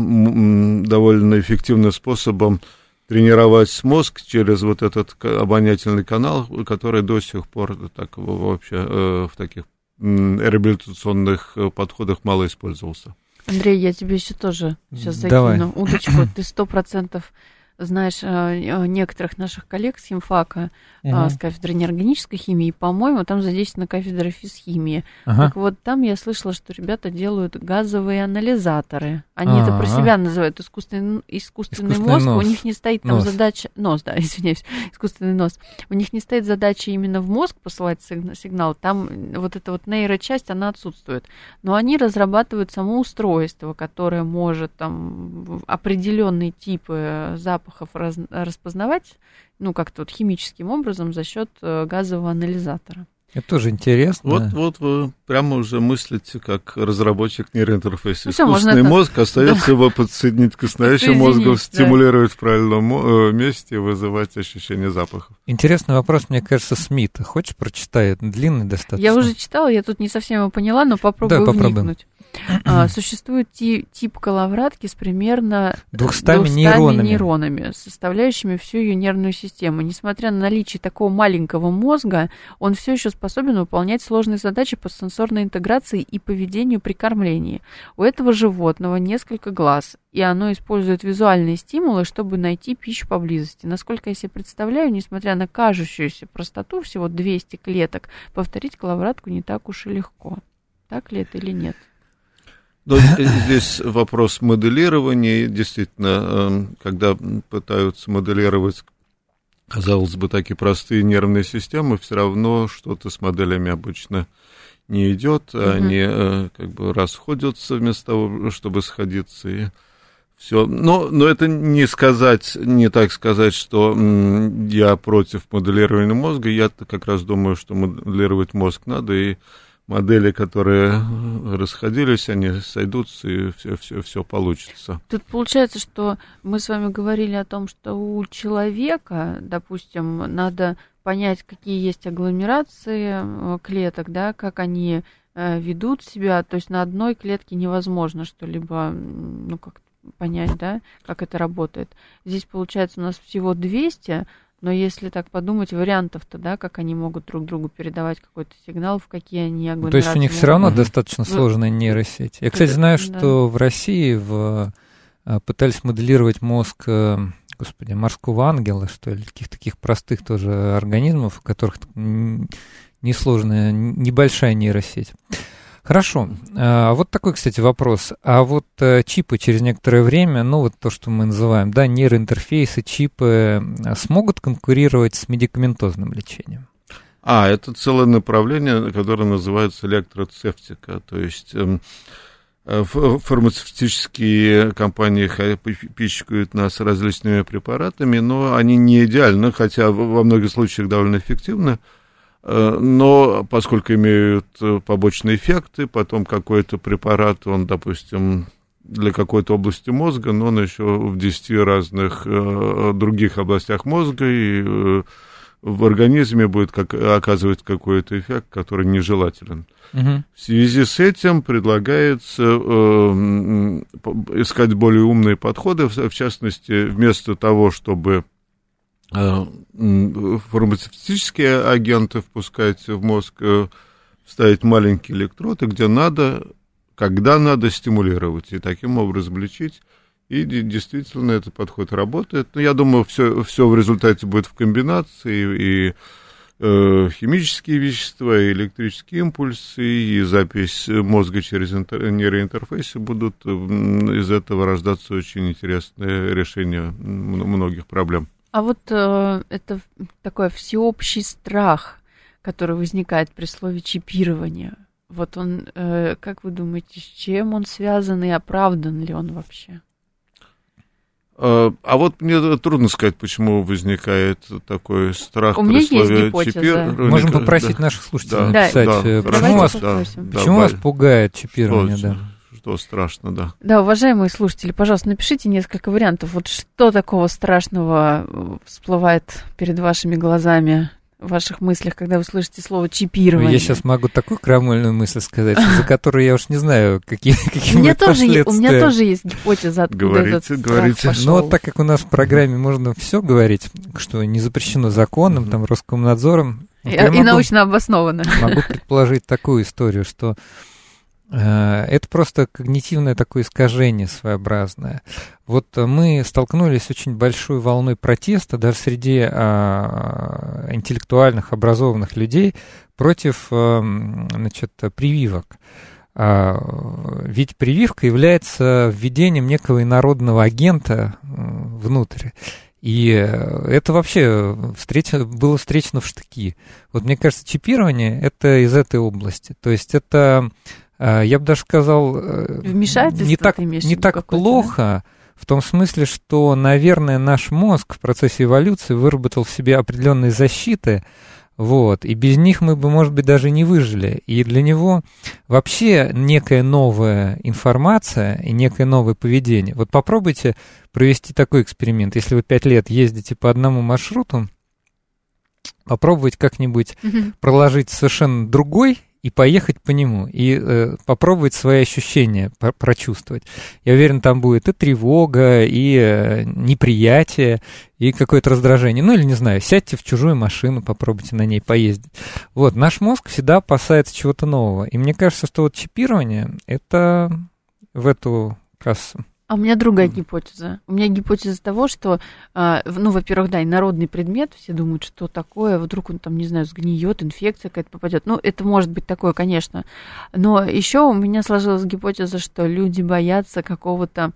довольно эффективным способом тренировать мозг через вот этот обонятельный канал, который до сих пор так, вообще э, в таких реабилитационных подходах мало использовался. Андрей, я тебе еще тоже сейчас закину Давай. удочку. Ты сто процентов знаешь некоторых наших коллег с химфака, uh-huh. с кафедры неорганической химии, и, по-моему, там задействована кафедра физхимии. Uh-huh. Так вот, там я слышала, что ребята делают газовые анализаторы. Они uh-huh. это про себя называют искусственный, искусственный, искусственный мозг. Нос. У них не стоит там нос. задача... Нос, да, извиняюсь, искусственный нос. У них не стоит задача именно в мозг посылать сигнал. Там вот эта вот нейрочасть, она отсутствует. Но они разрабатывают само устройство, которое может там определенные типы запахов раз, распознавать, ну, как-то вот химическим образом за счет газового анализатора. Это тоже интересно. Вот, вот вы прямо уже мыслите как разработчик нейроинтерфейса. Ну, искусственный мозг это... остается да. его подсоединить к настоящему мозгу, стимулировать да. в правильном месте и вызывать ощущение запахов. Интересный вопрос, мне кажется, Смита. Хочешь прочитать? Длинный достаточно. Я уже читала, я тут не совсем его поняла, но попробую да, вникнуть. А, существует ти, тип коловратки с примерно двумястами нейронами. нейронами, составляющими всю ее нервную систему. Несмотря на наличие такого маленького мозга, он все еще способен выполнять сложные задачи по сенсорной интеграции и поведению при кормлении. У этого животного несколько глаз, и оно использует визуальные стимулы, чтобы найти пищу поблизости. Насколько я себе представляю, несмотря на кажущуюся простоту, всего двести клеток, повторить коловратку не так уж и легко. Так ли это или нет? Но здесь вопрос моделирования. Действительно, когда пытаются моделировать, казалось бы, такие простые нервные системы, все равно что-то с моделями обычно не идет. Mm-hmm. Они как бы расходятся вместо того, чтобы сходиться. И все. Но, но это не сказать, не так сказать, что я против моделирования мозга. Я как раз думаю, что моделировать мозг надо, и модели, которые расходились, они сойдутся, и все, все, все получится. Тут получается, что мы с вами говорили о том, что у человека, допустим, надо понять, какие есть агломерации клеток, да, как они ведут себя. То есть на одной клетке невозможно что-либо, ну, как понять, да, как это работает. Здесь, получается, у нас всего двести. Но если так подумать, вариантов-то, да, как они могут друг другу передавать какой-то сигнал, в какие они агломерации. То есть у них все равно достаточно сложная нейросеть. Я, кстати, знаю, что в России в, пытались моделировать мозг, господи, морского ангела, что ли, каких-то таких простых тоже организмов, у которых несложная, небольшая нейросеть. Хорошо. А вот такой, кстати, вопрос. А вот чипы через некоторое время, ну вот то, что мы называем, да, нейроинтерфейсы, чипы, смогут конкурировать с медикаментозным лечением? А, это целое направление, которое называется электроцевтика. То есть э, фармацевтические компании пичкают нас различными препаратами, но они не идеальны, хотя во многих случаях довольно эффективны. Но поскольку имеют побочные эффекты, потом какой-то препарат, он, допустим, для какой-то области мозга, но он еще в десяти разных других областях мозга, и в организме будет как, оказывать какой-то эффект, который нежелателен. Угу. В связи с этим предлагается э, искать более умные подходы, в частности, вместо того, чтобы фармацевтические агенты впускать в мозг, ставить маленькие электроды, где надо, когда надо стимулировать, и таким образом лечить. И действительно этот подход работает. Но я думаю, все, все в результате будет в комбинации, и э, химические вещества, и электрические импульсы, и запись мозга через интер, нейроинтерфейсы будут из этого рождаться очень интересные решения многих проблем. А вот э, это такой всеобщий страх, который возникает при слове чипирование. Вот он, э, как вы думаете, с чем он связан и оправдан ли он вообще? А, а вот мне трудно сказать, почему возникает такой страх. У меня есть гипотеза. Можем попросить да. наших слушателей да. написать, да, почему, вас, да, почему да, вас пугает чипирование. Что, да. что страшно, да. Да, уважаемые слушатели, пожалуйста, напишите несколько вариантов. Вот что такого страшного всплывает перед вашими глазами, в ваших мыслях, когда вы слышите слово чипирование? Я сейчас могу такую крамольную мысль сказать, за которую я уж не знаю, какие, какие у меня тоже У меня тоже есть гипотеза, откуда говорите, этот говорите. пошел. Но вот так как у нас в программе можно все говорить, что не запрещено законом, там, Роскомнадзором. И, и могу, научно обоснованно. Могу предположить такую историю, что это просто когнитивное такое искажение своеобразное. Вот мы столкнулись с очень большой волной протеста даже среди а, интеллектуальных, образованных людей против а, значит, прививок. А, ведь прививка является введением некого инородного агента внутрь. И это вообще встреч... было встречено в штыки. Вот мне кажется, чипирование — это из этой области. То есть это... Я бы даже сказал, не так, не так плохо, да? В том смысле, что, наверное, наш мозг в процессе эволюции выработал в себе определенные защиты, вот, и без них мы бы, может быть, даже не выжили. И для него вообще некая новая информация и некое новое поведение. Вот попробуйте провести такой эксперимент. Если вы пять лет ездите по одному маршруту, попробовать как-нибудь mm-hmm. проложить совершенно другой и поехать по нему, и э, попробовать свои ощущения про- прочувствовать. Я уверен, там будет и тревога, и э, неприятие, и какое-то раздражение. Ну, или, не знаю, сядьте в чужую машину, попробуйте на ней поездить. Вот, наш мозг всегда опасается чего-то нового. И мне кажется, что вот чипирование — это в эту кассу. А у меня другая гипотеза. У меня гипотеза того, что, ну, во-первых, да, инородный предмет, все думают, что такое, вдруг он там, не знаю, сгниет, инфекция какая-то попадет. Ну, это может быть такое, конечно. Но еще у меня сложилась гипотеза, что люди боятся какого-то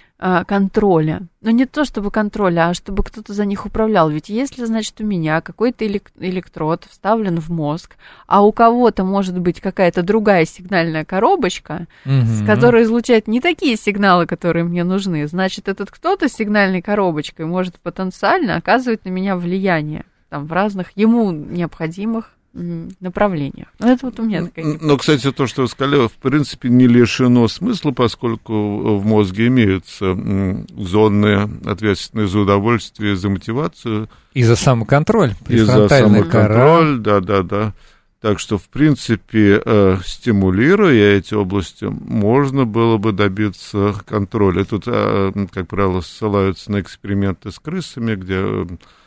контроля. Но не то чтобы контроля, а чтобы кто-то за них управлял. Ведь если, значит, у меня какой-то электрод вставлен в мозг, а у кого-то может быть какая-то другая сигнальная коробочка, mm-hmm. с которой излучает не такие сигналы, которые мне нужны, значит, этот кто-то с сигнальной коробочкой может потенциально оказывать на меня влияние там, в разных ему необходимых направлениях. Ну, это вот у меня такая гипотеза. Но, кстати, то, что вы сказали, в принципе, не лишено смысла, поскольку в мозге имеются зоны, ответственные за удовольствие, за мотивацию. И за самоконтроль. И за самоконтроль, да-да-да. Так что, в принципе, стимулируя эти области, можно было бы добиться контроля. Тут, как правило, ссылаются на эксперименты с крысами, где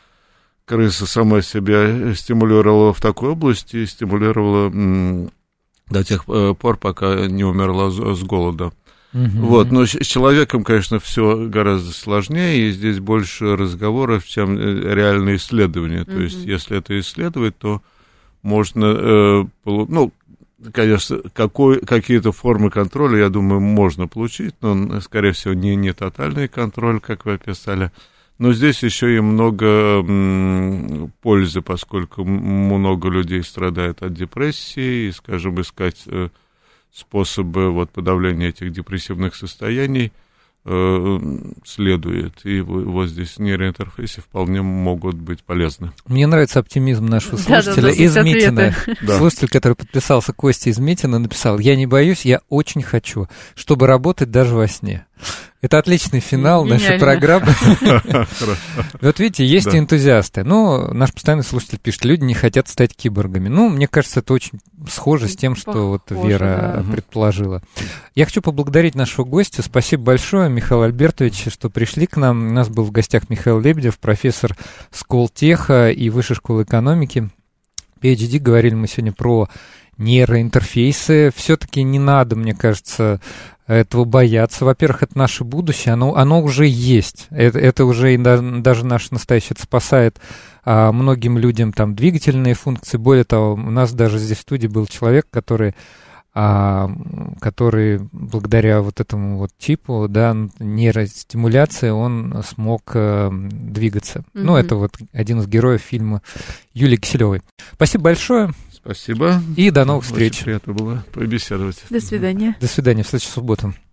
крыса сама себя стимулировала в такой области и стимулировала м, до тех пор, пока не умерла с голода. Mm-hmm. Вот. Но с человеком, конечно, все гораздо сложнее, и здесь больше разговоров, чем реальные исследования. Mm-hmm. То есть, если это исследовать, то можно, э, ну, конечно, какой, какие-то формы контроля, я думаю, можно получить, но, скорее всего, не, не тотальный контроль, как вы описали. Но здесь еще и много м, пользы, поскольку много людей страдает от депрессии, и, скажем, искать э, способы вот, подавления этих депрессивных состояний э, следует. И вот здесь нейроинтерфейсы вполне могут быть полезны. Мне нравится оптимизм нашего слушателя да, да, да, из Митина. Да. Слушатель, который подписался, Костя из Митина, написал: «Я не боюсь, я очень хочу, чтобы работать даже во сне». Это отличный финал Гениально. Нашей программы. Вот видите, есть энтузиасты. Ну, наш постоянный слушатель пишет: люди не хотят стать киборгами. Ну, мне кажется, это очень схоже с тем, что вот Вера предположила. Я хочу поблагодарить нашего гостя. Спасибо большое, Михаил Альбертович, что пришли к нам. У нас был в гостях Михаил Лебедев, профессор Сколтеха и Высшей школы экономики. пи эйч ди. Говорили мы сегодня про нейроинтерфейсы. Все-таки не надо, мне кажется, этого бояться. Во-первых, это наше будущее, оно, оно уже есть. Это, это уже и да, даже наш настоящий, это спасает а, многим людям там двигательные функции. Более того, у нас даже здесь в студии был человек, который, а, который благодаря вот этому вот чипу, да, нейростимуляции, он смог а, двигаться. Mm-hmm. Ну, это вот один из героев фильма Юлии Киселевой. Спасибо большое. Спасибо. И до новых встреч. Очень приятно было побеседовать. До свидания. До свидания. В следующую субботу.